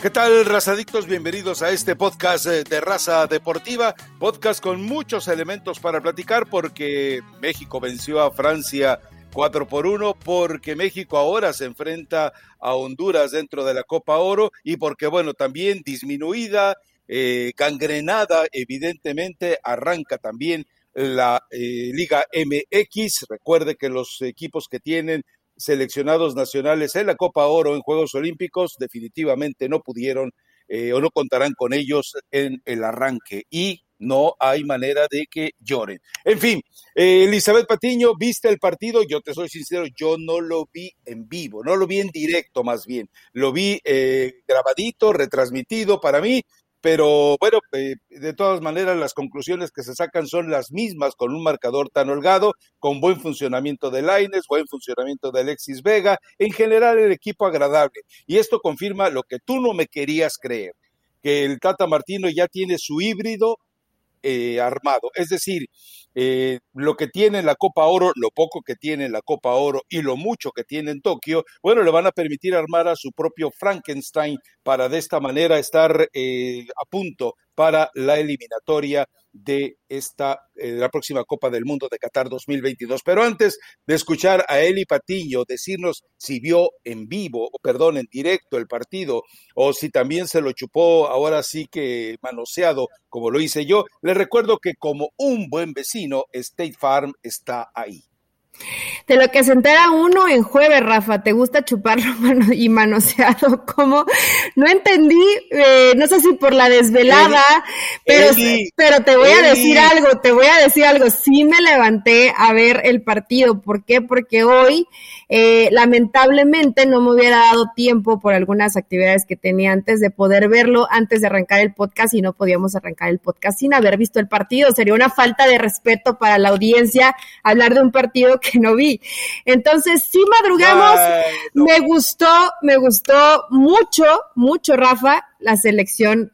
¿Qué tal, razadictos? Bienvenidos a este podcast de Raza Deportiva, podcast con muchos elementos para platicar porque México venció a Francia 4-1, porque México ahora se enfrenta a Honduras dentro de la Copa Oro y porque, bueno, también disminuida, gangrenada, evidentemente, arranca también la Liga MX. Recuerde que los equipos que tienen seleccionados nacionales en la Copa Oro en Juegos Olímpicos definitivamente no pudieron o no contarán con ellos en el arranque y no hay manera de que lloren. En fin, Elizabeth Patiño, ¿viste el partido? Yo te soy sincero, yo no lo vi en vivo, no lo vi en directo más bien, lo vi grabadito, retransmitido para mí. Pero bueno, de todas maneras las conclusiones que se sacan son las mismas con un marcador tan holgado, con buen funcionamiento de Lainez, buen funcionamiento de Alexis Vega, en general el equipo agradable. Y esto confirma lo que tú no me querías creer, que el Tata Martino ya tiene su híbrido armado, es decir, lo que tiene en la Copa Oro, lo poco que tiene en la Copa Oro y lo mucho que tiene en Tokio, bueno, le van a permitir armar a su propio Frankenstein para de esta manera estar a punto para la eliminatoria de la próxima Copa del Mundo de Qatar 2022. Pero antes de escuchar a Eli Patiño decirnos si vio en directo el partido, o si también se lo chupó ahora sí que manoseado, como lo hice yo, les recuerdo que como un buen vecino, State Farm está ahí. De lo que se entera uno en jueves, Rafa, ¿te gusta chuparlo y manoseado? ¿Cómo? No entendí, no sé si por la desvelada, pero te voy a decir algo, sí me levanté a ver el partido. ¿Por qué? Porque hoy, lamentablemente, no me hubiera dado tiempo por algunas actividades que tenía antes de poder verlo, antes de arrancar el podcast, y no podíamos arrancar el podcast sin haber visto el partido. Sería una falta de respeto para la audiencia hablar de un partido que no vi. Entonces, sí madrugamos. No. Me gustó mucho, Rafa, la selección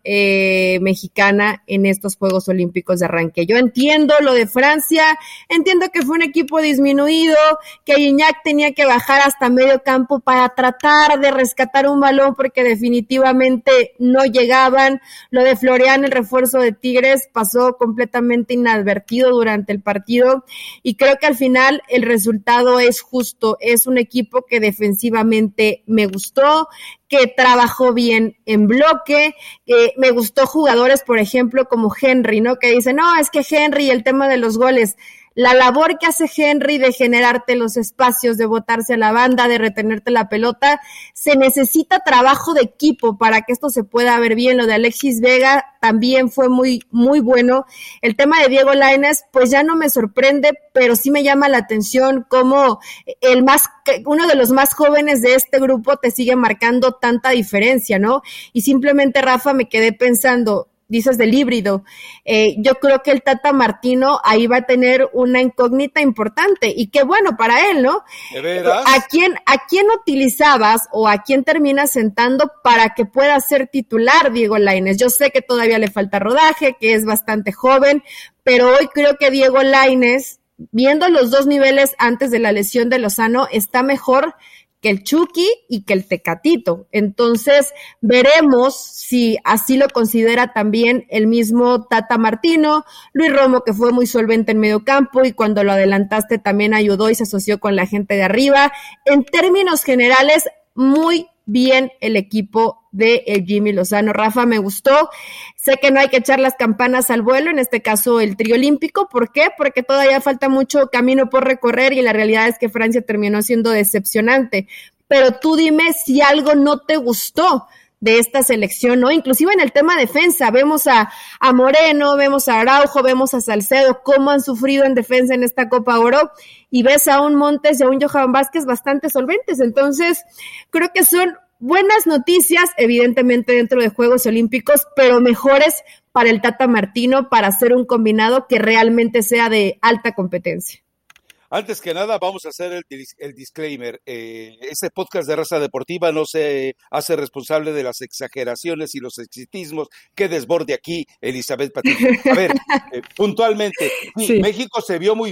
mexicana en estos Juegos Olímpicos de arranque. Yo entiendo lo de Francia, entiendo que fue un equipo disminuido, que Gignac tenía que bajar hasta medio campo para tratar de rescatar un balón porque definitivamente no llegaban. Lo de Florian, el refuerzo de Tigres, pasó completamente inadvertido durante el partido y creo que al final el resultado es justo. Es un equipo que defensivamente me gustó, que trabajó bien en bloque, me gustó jugadores, por ejemplo, como Henry, ¿no? Que dicen, no, es que Henry, el tema de los goles, la labor que hace Henry de generarte los espacios, de botarse a la banda, de retenerte la pelota, se necesita trabajo de equipo para que esto se pueda ver bien. Lo de Alexis Vega también fue muy, muy bueno. El tema de Diego Lainez, pues ya no me sorprende, pero sí me llama la atención cómo uno de los más jóvenes de este grupo te sigue marcando tanta diferencia, ¿no? Y simplemente, Rafa, me quedé pensando, dices del híbrido, yo creo que el Tata Martino ahí va a tener una incógnita importante, y qué bueno para él, ¿no? ¿De veras? ¿A quién utilizabas o a quién terminas sentando para que pueda ser titular Diego Lainez? Yo sé que todavía le falta rodaje, que es bastante joven, pero hoy creo que Diego Lainez, viendo los dos niveles antes de la lesión de Lozano, está mejor que el Chucky y que el Tecatito. Entonces, veremos si así lo considera también el mismo Tata Martino. Luis Romo, que fue muy solvente en medio campo y cuando lo adelantaste también ayudó y se asoció con la gente de arriba. En términos generales, muy bien el equipo de el Jimmy Lozano. Rafa, me gustó. Sé que no hay que echar las campanas al vuelo, en este caso el trío olímpico. ¿Por qué? Porque todavía falta mucho camino por recorrer y la realidad es que Francia terminó siendo decepcionante. Pero tú dime si algo no te gustó de esta selección, ¿no? Inclusive en el tema defensa, vemos a Moreno, vemos a Araujo, vemos a Salcedo, cómo han sufrido en defensa en esta Copa Oro, y ves a un Montes y a un Johan Vázquez bastante solventes. Entonces, creo que son buenas noticias, evidentemente dentro de Juegos Olímpicos, pero mejores para el Tata Martino para hacer un combinado que realmente sea de alta competencia. Antes que nada, vamos a hacer el disclaimer. Este podcast de Raza Deportiva no se hace responsable de las exageraciones y los exitismos que desborde aquí Elizabeth Patiño. A ver, puntualmente, sí, México se vio muy bien.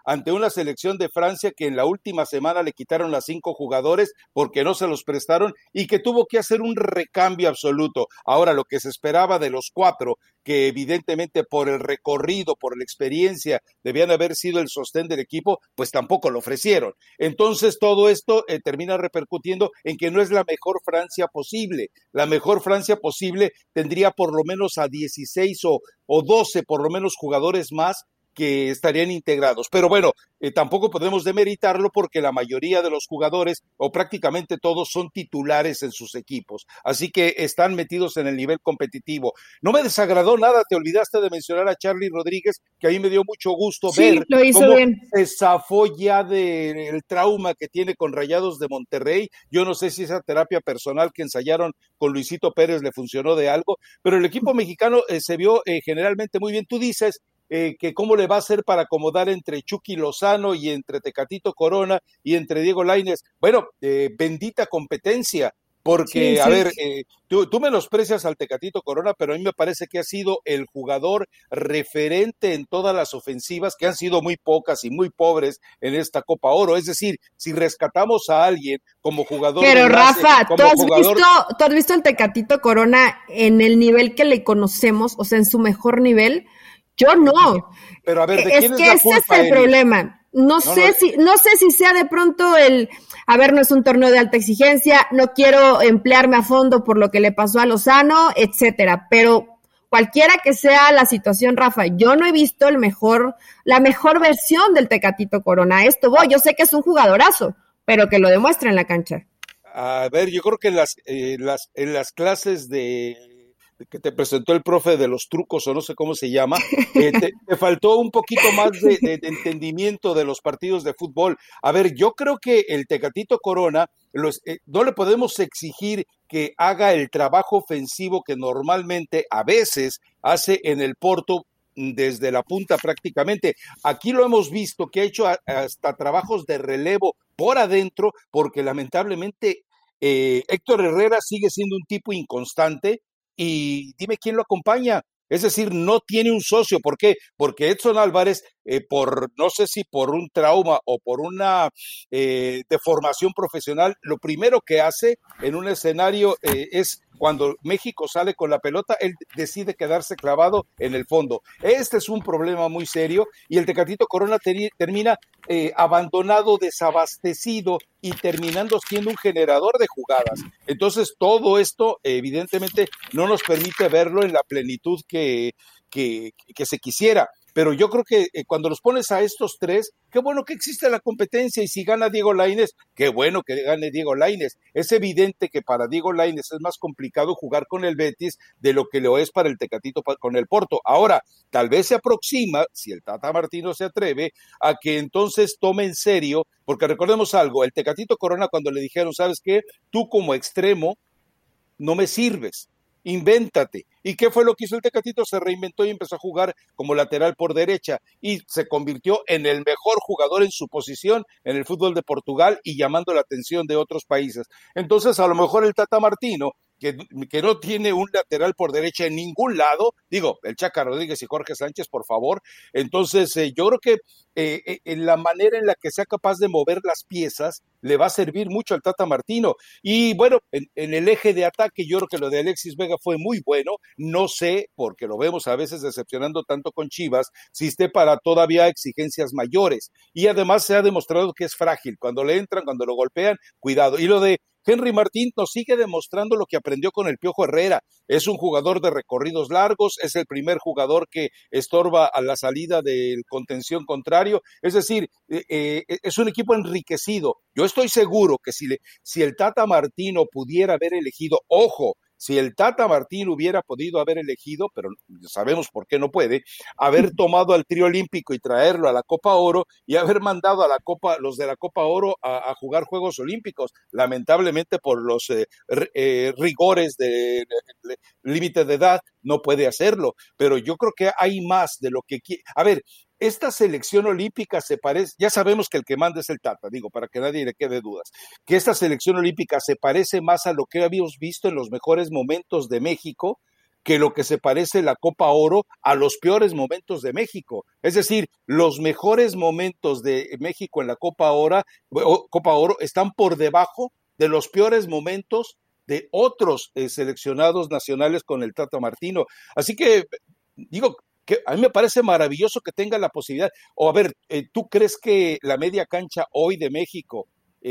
ante una selección de Francia que en la última semana le quitaron las 5 jugadores porque no se los prestaron y que tuvo que hacer un recambio absoluto. Ahora, lo que se esperaba de los 4, que evidentemente por el recorrido, por la experiencia, debían haber sido el sostén del equipo, pues tampoco lo ofrecieron. Entonces todo esto termina repercutiendo en que no es la mejor Francia posible. La mejor Francia posible tendría por lo menos a 16 o 12 por lo menos jugadores más que estarían integrados. Pero bueno, tampoco podemos demeritarlo porque la mayoría de los jugadores, o prácticamente todos, son titulares en sus equipos. Así que están metidos en el nivel competitivo. No me desagradó nada, te olvidaste de mencionar a Charly Rodríguez, que a mí me dio mucho gusto ver cómo se zafó ya del trauma que tiene con Rayados de Monterrey. Yo no sé si esa terapia personal que ensayaron con Luisito Pérez le funcionó de algo, pero el equipo mexicano se vio generalmente muy bien. Tú dices que cómo le va a hacer para acomodar entre Chucky Lozano y entre Tecatito Corona y entre Diego Lainez. Bueno, bendita competencia, porque, sí. A ver, tú menosprecias al Tecatito Corona, pero a mí me parece que ha sido el jugador referente en todas las ofensivas, que han sido muy pocas y muy pobres en esta Copa Oro. Es decir, si rescatamos a alguien como jugador... Pero Rafa, ¿tú has visto al Tecatito Corona en el nivel que le conocemos, o sea, en su mejor nivel? Yo no. Pero a ver, ¿de quién es la culpa? Ese es el problema. No sé si sea de pronto no es un torneo de alta exigencia, no quiero emplearme a fondo por lo que le pasó a Lozano, etcétera, pero cualquiera que sea la situación, Rafa, yo no he visto la mejor versión del Tecatito Corona. Yo sé que es un jugadorazo, pero que lo demuestre en la cancha. A ver, yo creo que en las clases que te presentó el profe de los trucos, o no sé cómo se llama, te faltó un poquito más de entendimiento de los partidos de fútbol. A ver, yo creo que el Tecatito Corona, no le podemos exigir que haga el trabajo ofensivo que normalmente a veces hace en el Porto desde la punta prácticamente. Aquí lo hemos visto que ha hecho hasta trabajos de relevo por adentro, porque lamentablemente Héctor Herrera sigue siendo un tipo inconstante. Y dime quién lo acompaña. Es decir, no tiene un socio. ¿Por qué? Porque Edson Álvarez, no sé si por un trauma o por una deformación profesional, lo primero que hace en un escenario es cuando México sale con la pelota, él decide quedarse clavado en el fondo. Este es un problema muy serio y el Tecatito Corona termina abandonado, desabastecido y terminando siendo un generador de jugadas. Entonces, todo esto evidentemente no nos permite verlo en la plenitud que se quisiera. Pero yo creo que cuando los pones a estos tres, qué bueno que existe la competencia, y si gana Diego Lainez, qué bueno que gane Diego Lainez. Es evidente que para Diego Lainez es más complicado jugar con el Betis de lo que lo es para el Tecatito con el Porto. Ahora, tal vez se aproxima, si el Tata Martino se atreve, a que entonces tome en serio, porque recordemos algo, el Tecatito Corona cuando le dijeron, ¿sabes qué? Tú como extremo no me sirves. Invéntate. ¿Y qué fue lo que hizo el Tecatito? Se reinventó y empezó a jugar como lateral por derecha y se convirtió en el mejor jugador en su posición en el fútbol de Portugal y llamando la atención de otros países. Entonces, a lo mejor el Tata Martino, que no tiene un lateral por derecha en ningún lado, digo, el Chaca Rodríguez y Jorge Sánchez, por favor. Entonces, yo creo que en la manera en la que sea capaz de mover las piezas, le va a servir mucho al Tata Martino. Y bueno, en el eje de ataque, yo creo que lo de Alexis Vega fue muy bueno. No sé, porque lo vemos a veces decepcionando tanto con Chivas, si esté para todavía exigencias mayores. Y además se ha demostrado que es frágil. Cuando le entran, cuando lo golpean, cuidado. Y lo de Henry Martín nos sigue demostrando lo que aprendió con el Piojo Herrera. Es un jugador de recorridos largos, es el primer jugador que estorba a la salida del contención contrario. Es decir, es un equipo enriquecido. Yo estoy seguro que si el Tata Martino pudiera haber elegido, ojo, si el Tata Martino hubiera podido haber elegido, pero sabemos por qué no puede, haber tomado al trío olímpico y traerlo a la Copa Oro y haber mandado a los de la Copa Oro a jugar Juegos Olímpicos, lamentablemente por los rigores de límite de edad no puede hacerlo, pero yo creo que hay más de lo que quiere. A ver, esta selección olímpica se parece, ya sabemos que el que manda es el Tata, digo, para que nadie le quede dudas, que esta selección olímpica se parece más a lo que habíamos visto en los mejores momentos de México que lo que se parece la Copa Oro a los peores momentos de México. Es decir, los mejores momentos de México en la Copa Oro están por debajo de los peores momentos de otros seleccionados nacionales con el Tata Martino. Así que, digo, que a mí me parece maravilloso que tenga la posibilidad. O a ver, ¿tú crees que la media cancha hoy de México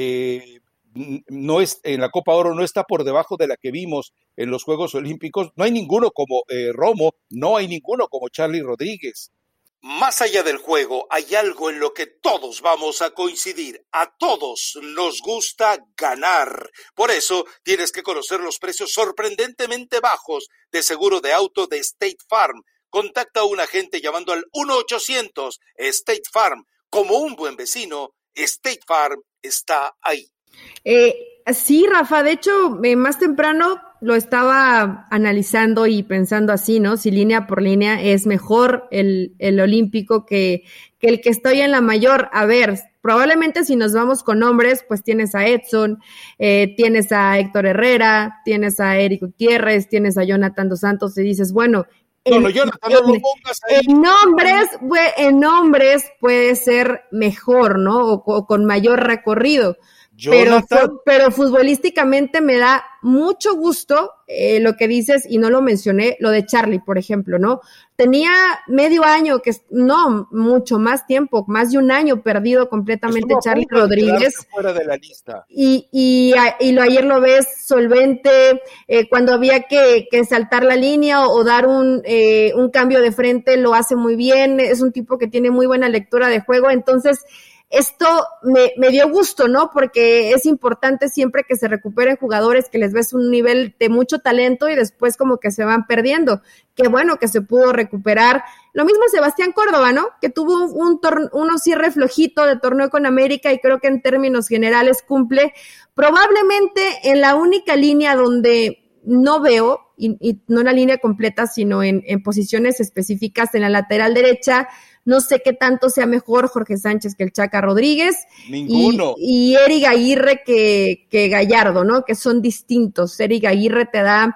no es, en la Copa Oro no está por debajo de la que vimos en los Juegos Olímpicos? No hay ninguno como Romo, no hay ninguno como Charly Rodríguez. Más allá del juego, hay algo en lo que todos vamos a coincidir. A todos nos gusta ganar. Por eso tienes que conocer los precios sorprendentemente bajos de seguro de auto de State Farm. Contacta a un agente llamando al 1-800 State Farm. Como un buen vecino, State Farm está ahí. Sí, Rafa, de hecho, más temprano lo estaba analizando y pensando así, ¿no? Si línea por línea es mejor el olímpico que el que estoy en la mayor. A ver, probablemente si nos vamos con nombres, pues tienes a Edson, tienes a Héctor Herrera, tienes a Eric Gutiérrez, tienes a Jonathan Dos Santos, y dices, bueno, en nombres puede ser mejor, ¿no? O con mayor recorrido. Pero futbolísticamente me da mucho gusto lo que dices, y no lo mencioné, lo de Charly, por ejemplo, ¿no? Tenía medio año, no, mucho más tiempo, más de un año perdido completamente Charly Rodríguez. Fuera de la lista. Y ayer lo ves solvente, cuando había que saltar la línea o dar un cambio de frente, lo hace muy bien, es un tipo que tiene muy buena lectura de juego, entonces esto me dio gusto, ¿no? Porque es importante siempre que se recuperen jugadores que les ves un nivel de mucho talento y después como que se van perdiendo. Qué bueno que se pudo recuperar. Lo mismo Sebastián Córdoba, ¿no? Que tuvo un cierre flojito de torneo con América y creo que en términos generales cumple. Probablemente en la única línea donde no veo, y no en la línea completa, sino en posiciones específicas en la lateral derecha, no sé qué tanto sea mejor Jorge Sánchez que el Chaca Rodríguez. Ninguno. Y Eric Aguirre que Gallardo, ¿no? Que son distintos. Eric Aguirre te da,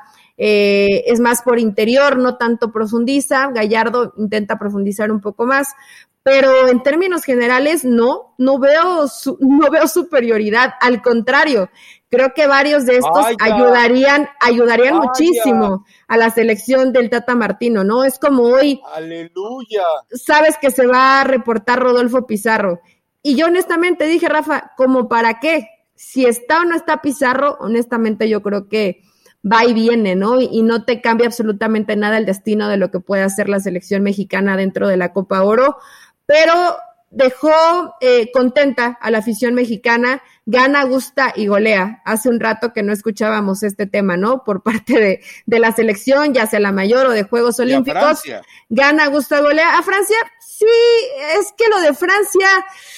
es más por interior, no tanto profundiza. Gallardo intenta profundizar un poco más. Pero en términos generales, no veo superioridad. Al contrario, creo que varios de estos ayudarían muchísimo a la selección del Tata Martino, ¿no? Es como hoy. ¡Aleluya! Sabes que se va a reportar Rodolfo Pizarro. Y yo honestamente dije, Rafa, ¿cómo para qué? Si está o no está Pizarro, honestamente yo creo que va y viene, ¿no? Y no te cambia absolutamente nada el destino de lo que puede hacer la selección mexicana dentro de la Copa Oro. Pero dejó contenta a la afición mexicana, gana, gusta y golea. Hace un rato que no escuchábamos este tema, ¿no? Por parte de la selección, ya sea la mayor o de Juegos Olímpicos. Gana, gusta, golea. A Francia, sí, es que lo de Francia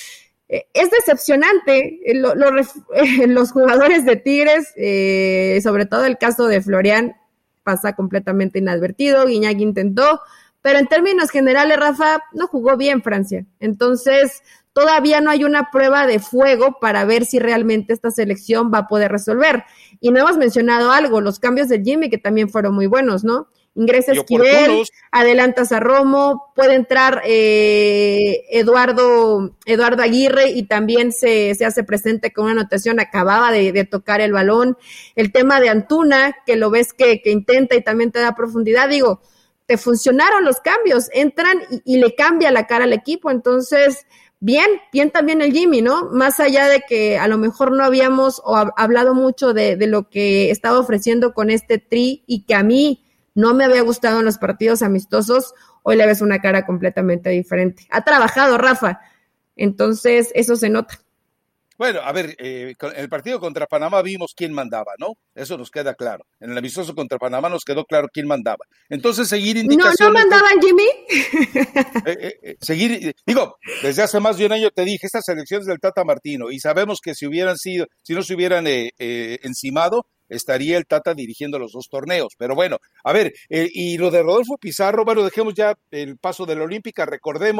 es decepcionante. Los jugadores de Tigres, sobre todo el caso de Florian, pasa completamente inadvertido. Guiñac intentó, pero en términos generales, Rafa, no jugó bien Francia. Entonces, todavía no hay una prueba de fuego para ver si realmente esta selección va a poder resolver. Y no hemos mencionado algo, los cambios de Jimmy, que también fueron muy buenos, ¿no? Ingresa Esquivel, adelantas a Romo, puede entrar Eduardo Aguirre y también se hace presente con una anotación, acababa de tocar el balón. El tema de Antuna, que lo ves que intenta y también te da profundidad, digo, te funcionaron los cambios, entran y le cambia la cara al equipo, entonces bien también el Jimmy, ¿no? Más allá de que a lo mejor no habíamos hablado mucho de lo que estaba ofreciendo con este tri y que a mí no me había gustado en los partidos amistosos, hoy le ves una cara completamente diferente. Ha trabajado Rafa, entonces eso se nota. Bueno, a ver, en el partido contra Panamá vimos quién mandaba, ¿no? Eso nos queda claro. En el amistoso contra Panamá nos quedó claro quién mandaba. Entonces, seguir indicaciones... ¿No mandaban, Jimmy? Desde hace más de un año te dije, estas selecciones del Tata Martino, y sabemos que si no se hubieran encimado, estaría el Tata dirigiendo los dos torneos. Pero bueno, a ver, y lo de Rodolfo Pizarro, bueno, dejemos ya el paso de la Olímpica, recordemos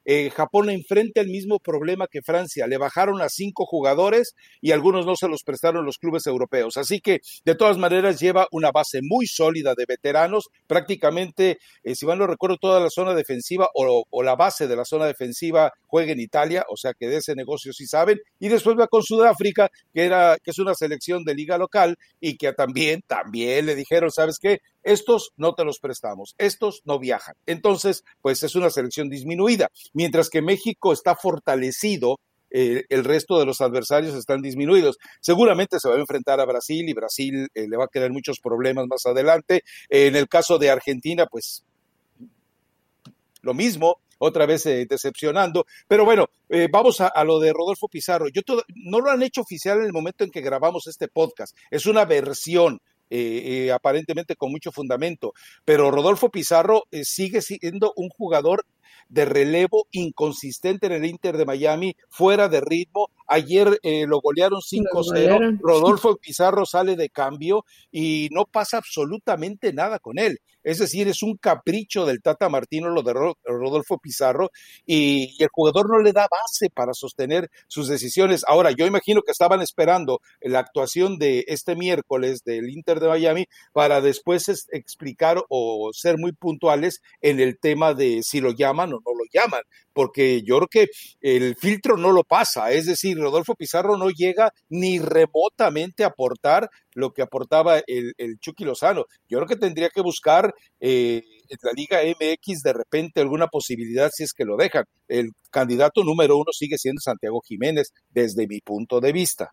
Japón enfrenta el mismo problema que Francia, le bajaron a 5 jugadores y algunos no se los prestaron los clubes europeos, así que de todas maneras lleva una base muy sólida de veteranos, prácticamente, si mal no recuerdo, toda la zona defensiva o la base de la zona defensiva juega en Italia, o sea que de ese negocio sí saben, y después va con Sudáfrica, que es una selección de liga local y que también le dijeron, ¿sabes qué? Estos no te los prestamos, estos no viajan. Entonces, pues es una selección disminuida, mientras que México está fortalecido, el resto de los adversarios están disminuidos. Seguramente se va a enfrentar a Brasil y Brasil le va a crear muchos problemas más adelante. En el caso de Argentina, pues lo mismo, otra vez decepcionando, pero bueno, vamos a lo de Rodolfo Pizarro. No lo han hecho oficial en el momento en que grabamos este podcast, es una versión, aparentemente con mucho fundamento, pero Rodolfo Pizarro sigue siendo un jugador de relevo inconsistente en el Inter de Miami, fuera de ritmo. Ayer lo golearon 5-0, Rodolfo Pizarro sale de cambio y no pasa absolutamente nada con él. Es decir, es un capricho del Tata Martino lo de Rodolfo Pizarro y el jugador no le da base para sostener sus decisiones. Ahora, yo imagino que estaban esperando la actuación de este miércoles del Inter de Miami para después explicar o ser muy puntuales en el tema de si lo llaman o no lo llaman, porque yo creo que el filtro no lo pasa, es decir, Rodolfo Pizarro no llega ni remotamente a aportar lo que aportaba el Chucky Lozano. Yo creo que tendría que buscar en la Liga MX de repente alguna posibilidad si es que lo dejan. El candidato número 1 sigue siendo Santiago Jiménez, desde mi punto de vista.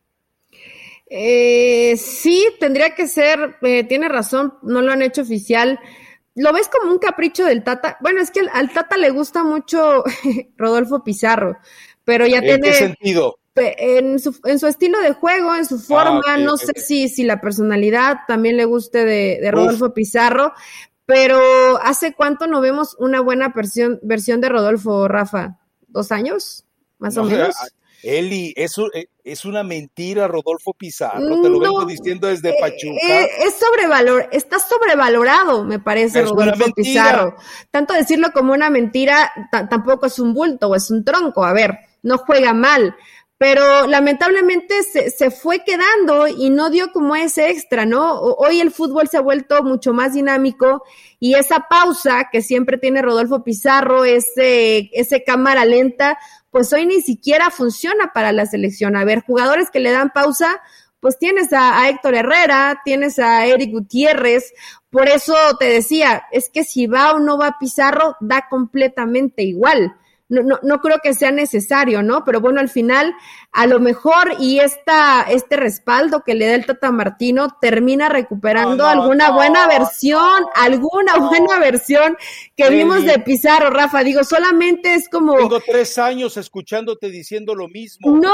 Sí, tendría que ser, tiene razón, no lo han hecho oficial. ¿Lo ves como un capricho del Tata? Bueno, es que al Tata le gusta mucho Rodolfo Pizarro, pero ya tiene... ¿En qué sentido? En su estilo de juego, en su forma, okay, no sé si la personalidad también le guste de Rodolfo Pizarro, pero ¿hace cuánto no vemos una buena versión de Rodolfo, Rafa? ¿2 años? Más o menos. Eli, es una mentira Rodolfo Pizarro, te lo vengo diciendo desde Pachuca. Está sobrevalorado, me parece, Rodolfo Pizarro. Tanto decirlo como una mentira, tampoco es un bulto o es un tronco, a ver, no juega mal, pero lamentablemente se fue quedando y no dio como ese extra, ¿no? Hoy el fútbol se ha vuelto mucho más dinámico y esa pausa que siempre tiene Rodolfo Pizarro, ese cámara lenta, pues hoy ni siquiera funciona para la selección. A ver, jugadores que le dan pausa, pues tienes a Héctor Herrera, tienes a Eric Gutiérrez, por eso te decía, es que si va o no va Pizarro, da completamente igual. No creo que sea necesario, ¿no? Pero bueno, al final, a lo mejor, y este respaldo que le da el Tata Martino termina recuperando alguna buena versión que vimos de Pizarro, Rafa. Digo, solamente es como... Tengo 3 años escuchándote diciendo lo mismo. No.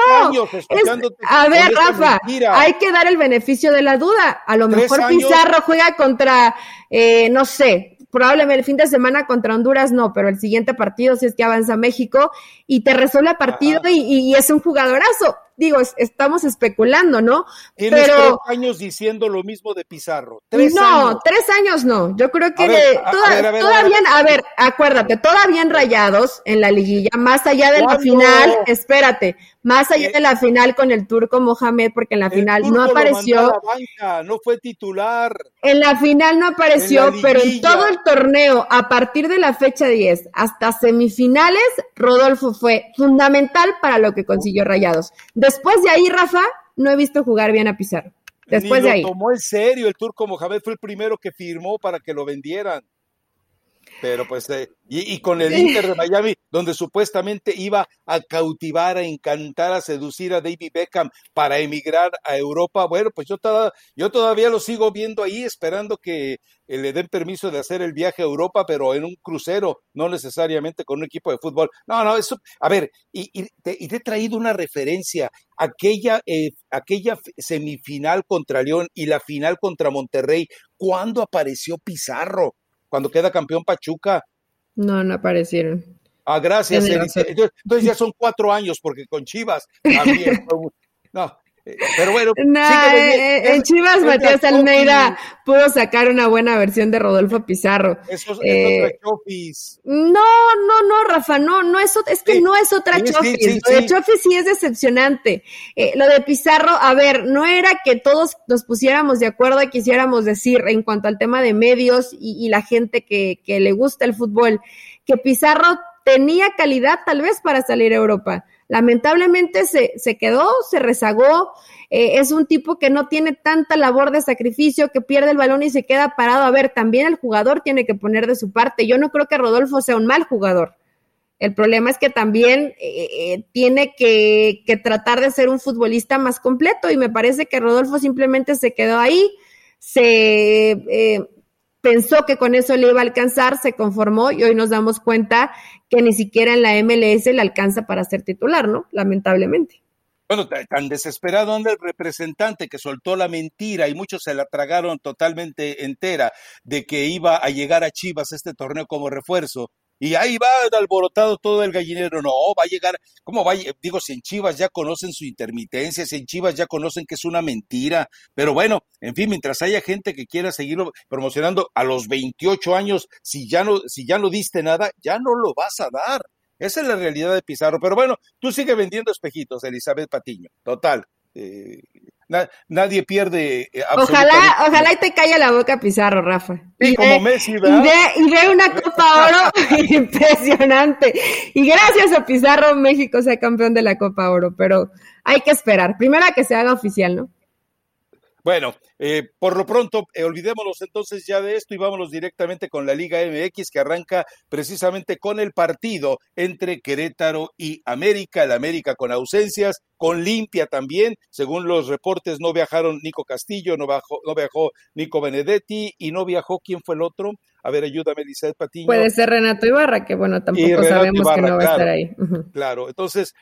A ver, Rafa, hay que dar el beneficio de la duda. A lo mejor Pizarro juega contra, no sé, probablemente el fin de semana contra Honduras no, pero el siguiente partido si es que avanza México y te resuelve el partido y es un jugadorazo. Digo, estamos especulando, ¿no? Tienes 3 años diciendo lo mismo de Pizarro. 3 años. 3 años no. Yo creo que todavía, acuérdate, todavía en Rayados, en la liguilla, más allá de la final, espérate, más allá de la final con el turco Mohamed, porque en la final no apareció. Lo mandó a la banca, no fue titular. En la final no apareció, pero en todo el torneo, a partir de la fecha 10 hasta semifinales, Rodolfo fue fundamental para lo que consiguió Rayados. Después de ahí, Rafa, no he visto jugar bien a Pizarro. Después de ahí. Lo tomó en serio, el turco Mohamed fue el primero que firmó para que lo vendieran. Pero pues, y con el Inter de Miami, donde supuestamente iba a cautivar, a encantar, a seducir a David Beckham para emigrar a Europa, bueno, pues yo todavía lo sigo viendo ahí, esperando que le den permiso de hacer el viaje a Europa, pero en un crucero, no necesariamente con un equipo de fútbol. No, eso, a ver, y te he traído una referencia, aquella semifinal contra León y la final contra Monterrey, ¿cuándo apareció Pizarro? Cuando queda campeón Pachuca. No aparecieron. Gracias. Entonces ya son 4 años, porque con Chivas también. No, Pero bueno, en Chivas Matías Almeida pudo sacar una buena versión de Rodolfo Pizarro. Eso es otra Chofis. No, Rafa, no es que no es otra Chofis. Lo de Chofis sí es decepcionante. Lo de Pizarro, a ver, no era que todos nos pusiéramos de acuerdo y quisiéramos decir en cuanto al tema de medios y la gente que le gusta el fútbol, que Pizarro tenía calidad tal vez para salir a Europa. Lamentablemente se quedó, se rezagó, es un tipo que no tiene tanta labor de sacrificio, que pierde el balón y se queda parado. A ver, también el jugador tiene que poner de su parte. Yo no creo que Rodolfo sea un mal jugador. El problema es que también tiene que tratar de ser un futbolista más completo, y me parece que Rodolfo simplemente se quedó ahí, pensó que con eso le iba a alcanzar, se conformó, y hoy nos damos cuenta que ni siquiera en la MLS le alcanza para ser titular, ¿no? Lamentablemente. Bueno, tan desesperado anda el representante que soltó la mentira, y muchos se la tragaron totalmente entera, de que iba a llegar a Chivas este torneo como refuerzo. Y ahí va alborotado todo el gallinero. No, va a llegar, ¿cómo va? Digo, si en Chivas ya conocen su intermitencia, si en Chivas ya conocen que es una mentira. Pero bueno, en fin, mientras haya gente que quiera seguirlo promocionando a los 28 años, si ya no diste nada, ya no lo vas a dar. Esa es la realidad de Pizarro. Pero bueno, tú sigue vendiendo espejitos, Elizabeth Patiño. Total. Nadie pierde Ojalá y te calla la boca Pizarro, Rafa. Sí, como Messi, ¿verdad? Y ve una Copa Oro impresionante. Y gracias a Pizarro, México sea campeón de la Copa Oro, pero hay que esperar. Primero a que se haga oficial, ¿no? Bueno, por lo pronto, olvidémonos entonces ya de esto y vámonos directamente con la Liga MX, que arranca precisamente con el partido entre Querétaro y América. El América con ausencias, con limpia también. Según los reportes, no viajaron Nico Castillo, no viajó Nico Benedetti, y no viajó, ¿quién fue el otro? A ver, ayúdame, Elizabeth Patiño. Puede ser Renato Ibarra, que bueno, tampoco sabemos Ibarra, que no va a estar ahí. Claro, entonces,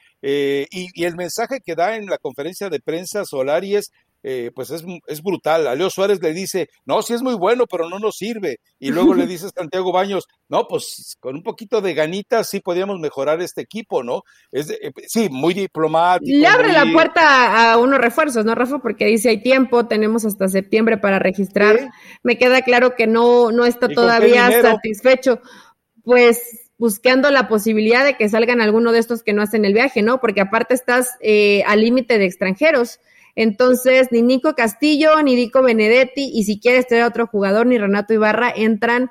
y el mensaje que da en la conferencia de prensa Solari pues es brutal. A Leo Suárez le dice, no, sí es muy bueno, pero no nos sirve. Y luego le dice a Santiago Baños, no, pues con un poquito de ganitas sí podíamos mejorar este equipo, ¿no? Sí, muy diplomático. Le abre la puerta a unos refuerzos, ¿no, Rafa? Porque dice, hay tiempo, tenemos hasta septiembre para registrar. ¿Sí? Me queda claro que no está todavía satisfecho. Pues buscando la posibilidad de que salgan alguno de estos que no hacen el viaje, ¿no? Porque aparte estás al límite de extranjeros. Entonces, ni Nico Castillo, ni Nico Benedetti, y si quieres tener otro jugador, ni Renato Ibarra, entran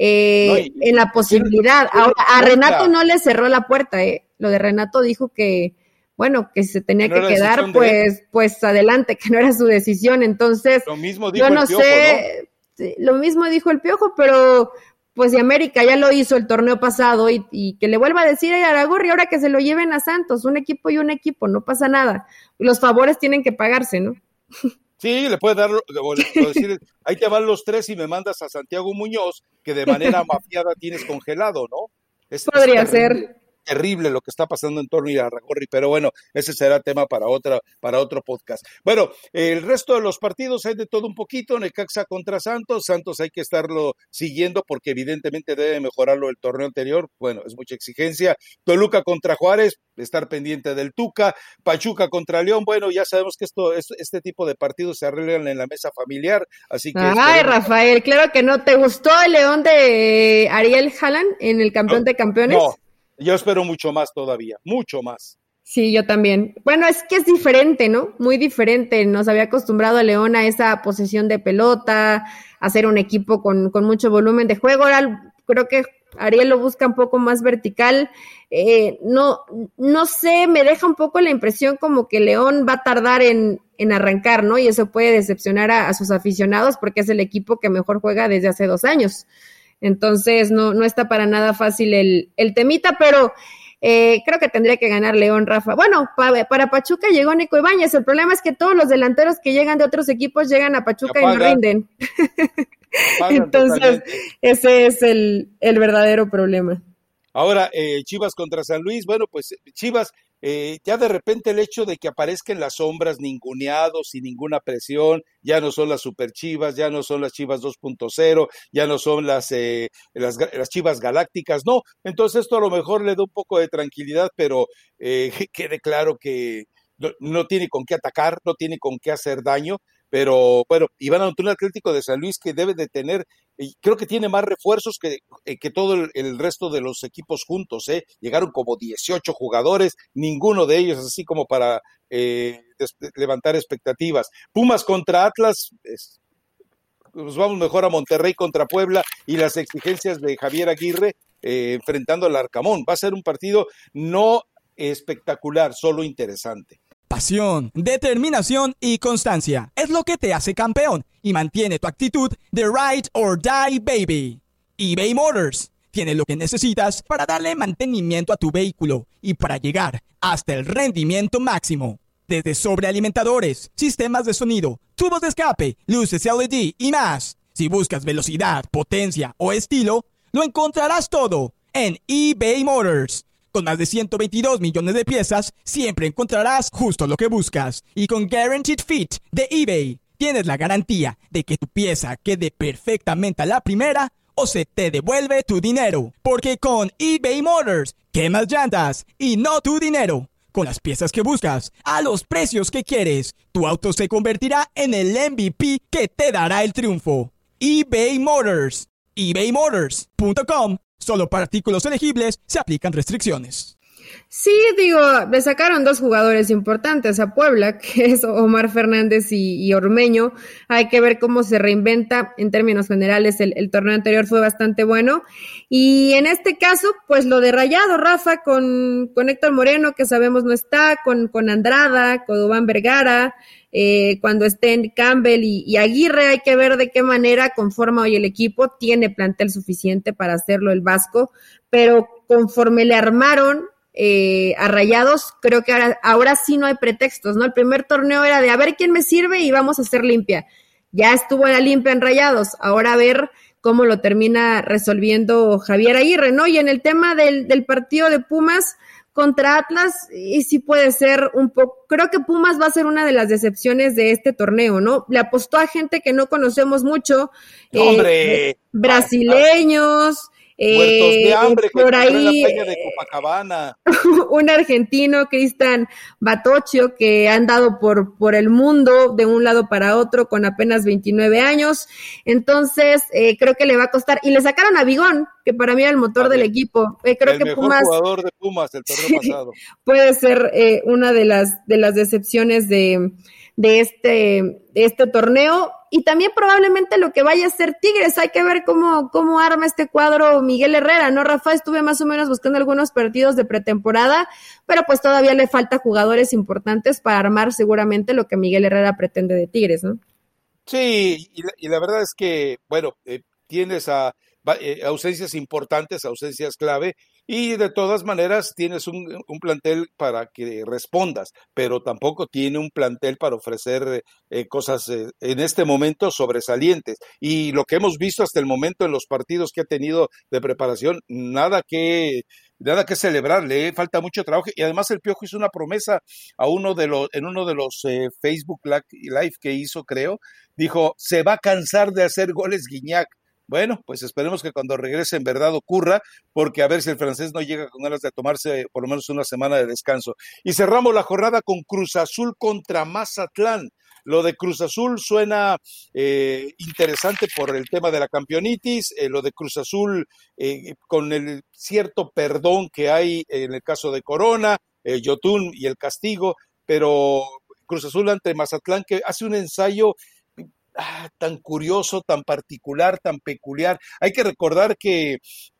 en la posibilidad. Ahora, a Renato no le cerró la puerta, Lo de Renato dijo que, bueno, que se tenía que quedar, pues adelante, que no era su decisión. Entonces, lo mismo dijo yo no sé, ¿no? Lo mismo dijo el Piojo, pero pues de América ya lo hizo el torneo pasado, y que le vuelva a decir a Aragorri ahora que se lo lleven a Santos, un equipo y un equipo, no pasa nada. Los favores tienen que pagarse, ¿no? Sí, le puede dar, decir, ahí te van los 3 y me mandas a Santiago Muñoz, que de manera mafiada tienes congelado, ¿no? Podría ser. Terrible lo que está pasando en torno a Irarrágorri, pero bueno, ese será tema para otro podcast. Bueno, el resto de los partidos hay de todo un poquito. Necaxa contra Santos hay que estarlo siguiendo porque evidentemente debe mejorarlo el torneo anterior, bueno, es mucha exigencia. Toluca contra Juárez, estar pendiente del Tuca. Pachuca contra León, bueno, ya sabemos que este tipo de partidos se arreglan en la mesa familiar, así que... Ay, Rafael, claro que no. ¿Te gustó el León de Ariel Haaland en el campeón de campeones? No. Yo espero mucho más todavía, mucho más. Sí, yo también. Bueno, es que es diferente, ¿no? Muy diferente. Nos había acostumbrado a León a esa posesión de pelota, a ser un equipo con mucho volumen de juego. Ahora creo que Ariel lo busca un poco más vertical. No sé, me deja un poco la impresión como que León va a tardar en arrancar, ¿no? Y eso puede decepcionar a sus aficionados porque es el equipo que mejor juega desde hace 2 años. Entonces no está para nada fácil el temita, pero creo que tendría que ganar León, Rafa. Bueno, para Pachuca llegó Nico Ibáñez. El problema es que todos los delanteros que llegan de otros equipos llegan a Pachuca y no rinden. Entonces, totalmente. Ese es el verdadero problema. Ahora, Chivas contra San Luis, bueno, pues Chivas, ya de repente el hecho de que aparezca en las sombras ninguneados, sin ninguna presión, ya no son las super Chivas, ya no son las Chivas 2.0, ya no son las Chivas galácticas, no, entonces esto a lo mejor le da un poco de tranquilidad, pero quede claro que no tiene con qué atacar, no tiene con qué hacer daño, pero bueno, y van a un Atlético de San Luis que debe de tener, creo que tiene más refuerzos que todo el resto de los equipos juntos, llegaron como 18 jugadores, ninguno de ellos así como para levantar expectativas. Pumas contra Atlas, nos vamos mejor a Monterrey contra Puebla y las exigencias de Javier Aguirre enfrentando al Arcamón. Va a ser un partido no espectacular, solo interesante. Pasión, determinación y constancia es lo que te hace campeón y mantiene tu actitud de ride or die, baby. eBay Motors tiene lo que necesitas para darle mantenimiento a tu vehículo y para llegar hasta el rendimiento máximo. Desde sobrealimentadores, sistemas de sonido, tubos de escape, luces LED y más. Si buscas velocidad, potencia o estilo, lo encontrarás todo en eBay Motors. Con más de 122 millones de piezas, siempre encontrarás justo lo que buscas. Y con Guaranteed Fit de eBay, tienes la garantía de que tu pieza quede perfectamente a la primera o se te devuelve tu dinero. Porque con eBay Motors, quemas llantas y no tu dinero. Con las piezas que buscas, a los precios que quieres, tu auto se convertirá en el MVP que te dará el triunfo. eBay Motors. ebaymotors.com. Solo para artículos elegibles se aplican restricciones. Sí, digo, le sacaron 2 jugadores importantes a Puebla, que es Omar Fernández y Ormeño. Hay que ver cómo se reinventa en términos generales. El torneo anterior fue bastante bueno. Y en este caso, pues lo de Rayado, Rafa, con Héctor Moreno, que sabemos no está, con Andrada, con Dubán Vergara, cuando estén Campbell y Aguirre, hay que ver de qué manera conforma hoy el equipo. Tiene plantel suficiente para hacerlo el Vasco, pero conforme le armaron a Rayados, creo que ahora sí no hay pretextos, ¿no? El primer torneo era de a ver quién me sirve y vamos a hacer limpia. Ya estuvo la limpia en Rayados, ahora a ver cómo lo termina resolviendo Javier Aguirre, ¿no? Y en el tema del partido de Pumas contra Atlas, y sí puede ser un poco, creo que Pumas va a ser una de las decepciones de este torneo, ¿no? Le apostó a gente que no conocemos mucho, ¡Hombre! Brasileños, muertos de hambre, por ahí, en la playa de Copacabana. Un argentino, Cristian Batocchio, que ha andado por el mundo de un lado para otro con apenas 29 años. Entonces, creo que le va a costar. Y le sacaron a Bigón, que para mí era el motor del equipo. Creo el que mejor Pumas, jugador de Pumas el torneo pasado. Puede ser una de las decepciones de este torneo, y también probablemente lo que vaya a ser Tigres. Hay que ver cómo arma este cuadro Miguel Herrera, ¿no, Rafa? Estuve más o menos buscando algunos partidos de pretemporada, pero pues todavía le falta jugadores importantes para armar seguramente lo que Miguel Herrera pretende de Tigres, ¿no? Sí, y la verdad es que, bueno, tienes ausencias importantes, ausencias clave, y de todas maneras tienes un plantel para que respondas, pero tampoco tiene un plantel para ofrecer cosas en este momento sobresalientes. Y lo que hemos visto hasta el momento en los partidos que ha tenido de preparación, nada que celebrar, le falta mucho trabajo. Y además el Piojo hizo una promesa en uno de los Facebook Live que hizo, creo, dijo, se va a cansar de hacer goles Guiñac. Bueno, pues esperemos que cuando regrese en verdad ocurra, porque a ver si el francés no llega con ganas de tomarse por lo menos una semana de descanso. Y cerramos la jornada con Cruz Azul contra Mazatlán. Lo de Cruz Azul suena interesante por el tema de la campeonitis, lo de Cruz Azul con el cierto perdón que hay en el caso de Corona, Yotun y el castigo, pero Cruz Azul ante Mazatlán, que hace un ensayo tan curioso, tan particular, tan peculiar. Hay que recordar que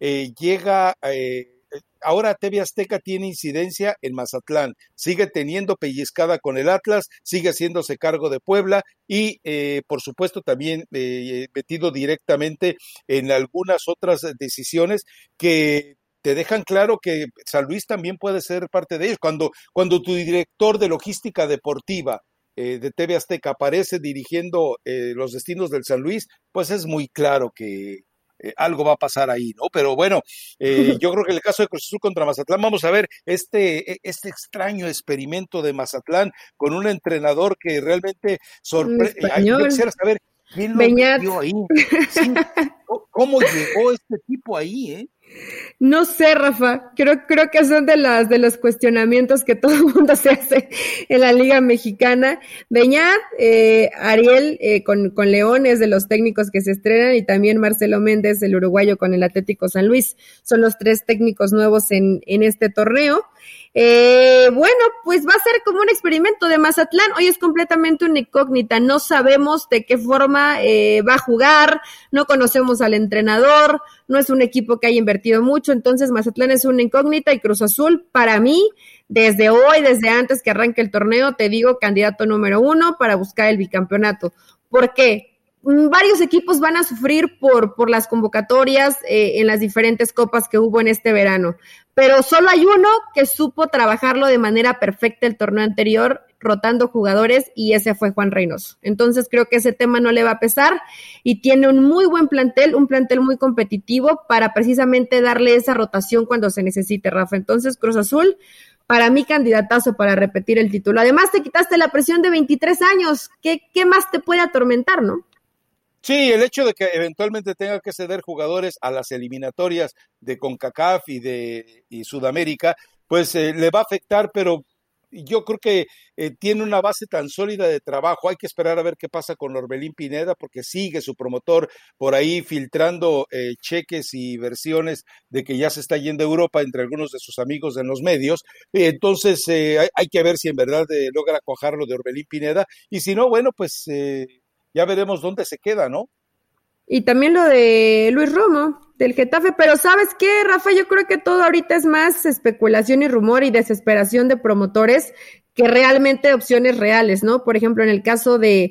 ahora TV Azteca tiene incidencia en Mazatlán, sigue teniendo pellizcada con el Atlas, sigue haciéndose cargo de Puebla y por supuesto también metido directamente en algunas otras decisiones que te dejan claro que San Luis también puede ser parte de ellos. Cuando tu director de logística deportiva de TV Azteca aparece dirigiendo los destinos del San Luis, pues es muy claro que algo va a pasar ahí, ¿no? Pero bueno, yo creo que en el caso de Cruz Azul contra Mazatlán, vamos a ver este extraño experimento de Mazatlán con un entrenador que realmente sorprende. Yo quisiera saber ¿Quién lo metió ahí? Sí. ¿Cómo llegó este tipo ahí, No sé, Rafa, creo que son de los cuestionamientos que todo el mundo se hace en la Liga Mexicana. Beñat, Ariel con León es de los técnicos que se estrenan, y también Marcelo Méndez, el uruguayo, con el Atlético San Luis. Son los 3 técnicos nuevos en este torneo. Bueno, pues va a ser como un experimento de Mazatlán. Hoy es completamente una incógnita, no sabemos de qué forma va a jugar, no conocemos al entrenador, no es un equipo que haya invertido mucho, entonces Mazatlán es una incógnita, y Cruz Azul, para mí, desde hoy, desde antes que arranque el torneo, te digo, candidato número 1 para buscar el bicampeonato. ¿Por qué? Varios equipos van a sufrir por las convocatorias en las diferentes copas que hubo en este verano, pero solo hay uno que supo trabajarlo de manera perfecta el torneo anterior, rotando jugadores, y ese fue Juan Reynoso. Entonces creo que ese tema no le va a pesar, y tiene un muy buen plantel, un plantel muy competitivo para precisamente darle esa rotación cuando se necesite, Rafa. Entonces Cruz Azul, para mí, candidatazo para repetir el título. Además, te quitaste la presión de 23 años. ¿Qué más te puede atormentar, no? Sí, el hecho de que eventualmente tenga que ceder jugadores a las eliminatorias de CONCACAF y Sudamérica, pues le va a afectar, pero yo creo que tiene una base tan sólida de trabajo. Hay que esperar a ver qué pasa con Orbelín Pineda, porque sigue su promotor por ahí filtrando cheques y versiones de que ya se está yendo a Europa entre algunos de sus amigos en los medios. Entonces hay que ver si en verdad logra cuajarlo de Orbelín Pineda, y si no, bueno, pues ya veremos dónde se queda, ¿no? Y también lo de Luis Romo, del Getafe, pero ¿sabes qué, Rafa? Yo creo que todo ahorita es más especulación y rumor y desesperación de promotores que realmente opciones reales, ¿no? Por ejemplo, en el caso de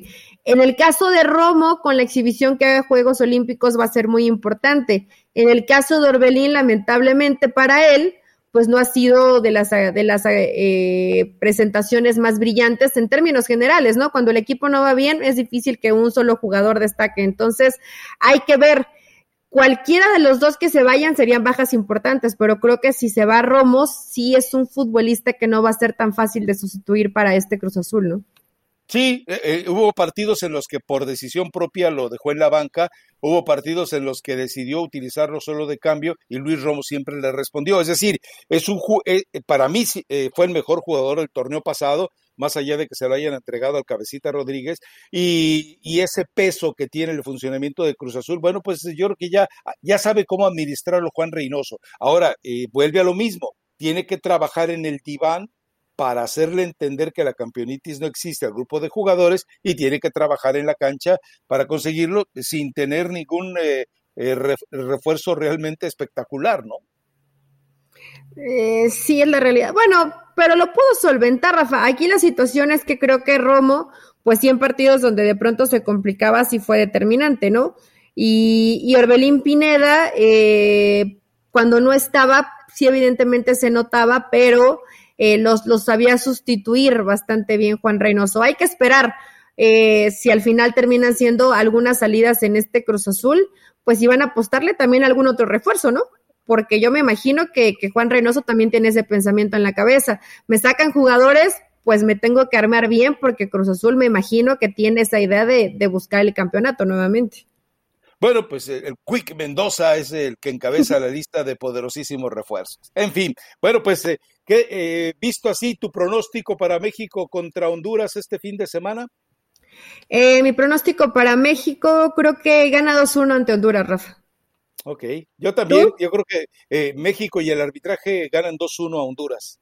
Romo, con la exhibición que haga Juegos Olímpicos, va a ser muy importante. En el caso de Orbelín, lamentablemente para él, pues no ha sido de las presentaciones más brillantes en términos generales, ¿no? Cuando el equipo no va bien, es difícil que un solo jugador destaque. Entonces, hay que ver. Cualquiera de los dos que se vayan serían bajas importantes, pero creo que si se va Romo, sí es un futbolista que no va a ser tan fácil de sustituir para este Cruz Azul, ¿no? Sí, hubo partidos en los que por decisión propia lo dejó en la banca, hubo partidos en los que decidió utilizarlo solo de cambio, y Luis Romo siempre le respondió. Es decir, para mí fue el mejor jugador del torneo pasado, más allá de que se lo hayan entregado al Cabecita Rodríguez, y ese peso que tiene el funcionamiento de Cruz Azul, bueno, pues yo creo que ya sabe cómo administrarlo Juan Reynoso. Ahora, vuelve a lo mismo, tiene que trabajar en el diván para hacerle entender que la campeonitis no existe al grupo de jugadores, y tiene que trabajar en la cancha para conseguirlo sin tener ningún refuerzo realmente espectacular, ¿no? Sí, es la realidad. Bueno, pero lo pudo solventar, Rafa. Aquí la situación es que creo que Romo, pues sí, en partidos donde de pronto se complicaba, sí fue determinante, ¿no? Y Orbelín Pineda, cuando no estaba, sí evidentemente se notaba, pero los sabía sustituir bastante bien Juan Reynoso. Hay que esperar si al final terminan siendo algunas salidas en este Cruz Azul, pues iban a apostarle también a algún otro refuerzo, ¿no? Porque yo me imagino que Juan Reynoso también tiene ese pensamiento en la cabeza. Me sacan jugadores, pues me tengo que armar bien, porque Cruz Azul me imagino que tiene esa idea de buscar el campeonato nuevamente. Bueno, pues el Quick Mendoza es el que encabeza la lista de poderosísimos refuerzos. En fin, bueno, pues visto así, ¿tu pronóstico para México contra Honduras este fin de semana? Mi pronóstico para México, creo que gana 2-1 ante Honduras, Rafa. Ok, yo también. ¿Tú? Yo creo que México y el arbitraje ganan 2-1 a Honduras.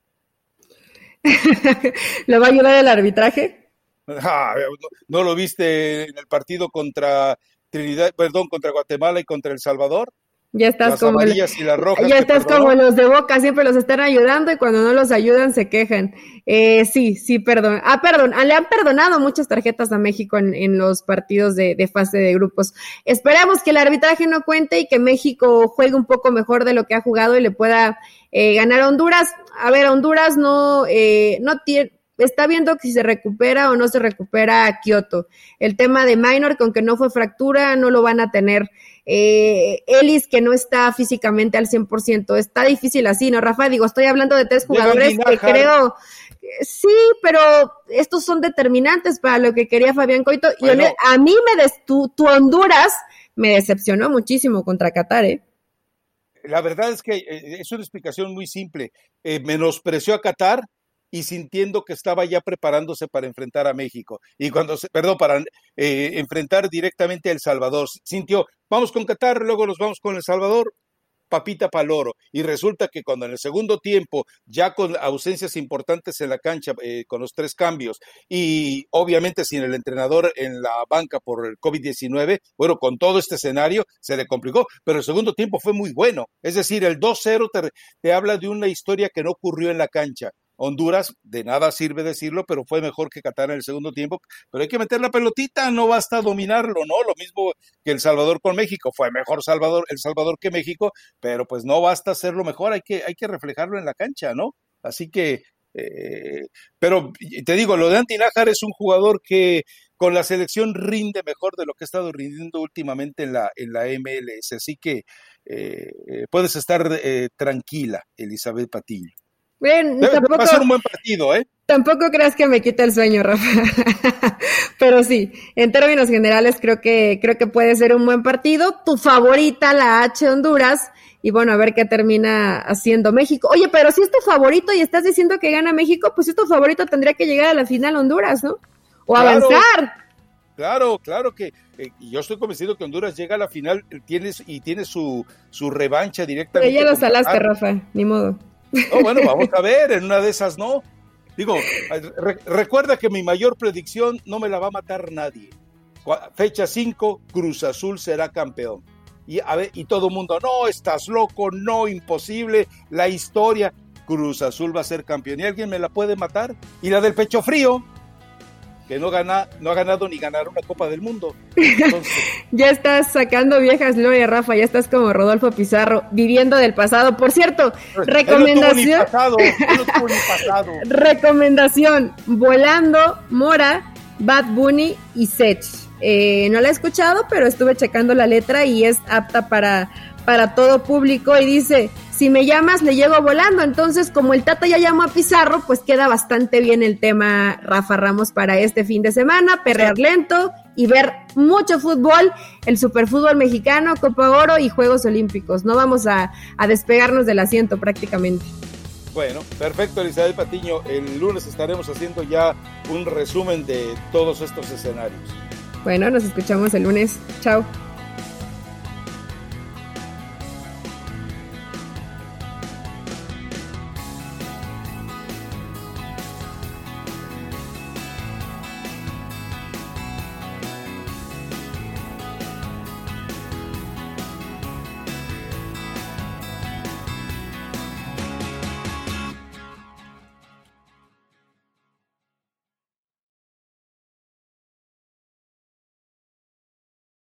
¿Lo va a ayudar el arbitraje? ¿No lo viste en el partido contra Guatemala y contra El Salvador? Ya estás las como amarillas y las rojas. Ya estás como los de Boca, siempre los están ayudando y cuando no los ayudan se quejan. Sí, perdón. Le han perdonado muchas tarjetas a México en los partidos de fase de grupos. Esperemos que el arbitraje no cuente y que México juegue un poco mejor de lo que ha jugado y le pueda ganar a Honduras. A ver, Honduras no tiene... Está viendo si se recupera o no se recupera Kioto. El tema de Minor, con que no fue fractura, no lo van a tener. Ellis, que no está físicamente al 100%. Está difícil así, ¿no, Rafa? Digo, estoy hablando de tres jugadores que creo... Sí, pero estos son determinantes para lo que quería Fabián Coito. Bueno, y a mí tu Honduras me decepcionó muchísimo contra Qatar, ¿eh? La verdad es que es una explicación muy simple. Menospreció a Qatar y sintiendo que estaba ya preparándose para enfrentar a México. Y para enfrentar directamente a El Salvador. Sintió, vamos con Qatar, luego nos vamos con El Salvador, papita paloro. Y resulta que cuando en el segundo tiempo, ya con ausencias importantes en la cancha, con los 3 cambios, y obviamente sin el entrenador en la banca por el COVID-19, bueno, con todo este escenario se le complicó, pero el segundo tiempo fue muy bueno. Es decir, el 2-0 te habla de una historia que no ocurrió en la cancha. Honduras, de nada sirve decirlo, pero fue mejor que Qatar en el segundo tiempo, pero hay que meter la pelotita, no basta dominarlo, ¿no? Lo mismo que El Salvador con México, fue mejor El Salvador que México, pero pues no basta hacerlo mejor, hay que reflejarlo en la cancha, ¿no? Así que, pero te digo, lo de Andy Nájar es un jugador que con la selección rinde mejor de lo que ha estado rindiendo últimamente en la MLS, así que puedes estar tranquila, Elizabeth Patiño. Bien, va a ser un buen partido, ¿eh? Tampoco creas que me quita el sueño, Rafa. Pero sí, en términos generales creo que puede ser un buen partido. Tu favorita, la H Honduras, y bueno, a ver qué termina haciendo México. Oye, pero si es tu favorito y estás diciendo que gana México, pues si es tu favorito tendría que llegar a la final Honduras, ¿no? O claro, avanzar. Claro que yo estoy convencido que Honduras llega a la final tiene su revancha directamente. Pero ya lo salaste, Rafa, ni modo. No, bueno, vamos a ver, en una de esas no. Digo, recuerda que mi mayor predicción no me la va a matar nadie. Fecha 5, Cruz Azul será campeón. Y todo el mundo, no, estás loco, no, imposible, la historia, Cruz Azul va a ser campeón. ¿Y alguien me la puede matar? Y la del pecho frío, que no ha ganado ni ganar una Copa del Mundo. Entonces, ya estás sacando viejas gloria, Rafa, ya estás como Rodolfo Pizarro, viviendo del pasado. Por cierto, recomendación. Él no tuvo ni pasado. Recomendación: Volando, Mora, Bad Bunny y Sech. No la he escuchado, pero estuve checando la letra y es apta para todo público y dice: si me llamas le llego volando. Entonces, como el Tata ya llamó a Pizarro, pues queda bastante bien el tema, Rafa Ramos, para este fin de semana, perrear lento y ver mucho fútbol, el superfútbol mexicano, Copa Oro y Juegos Olímpicos. No vamos a despegarnos del asiento prácticamente. Bueno, perfecto, Elizabeth Patiño. El lunes estaremos haciendo ya un resumen de todos estos escenarios. Bueno, nos escuchamos el lunes. Chao.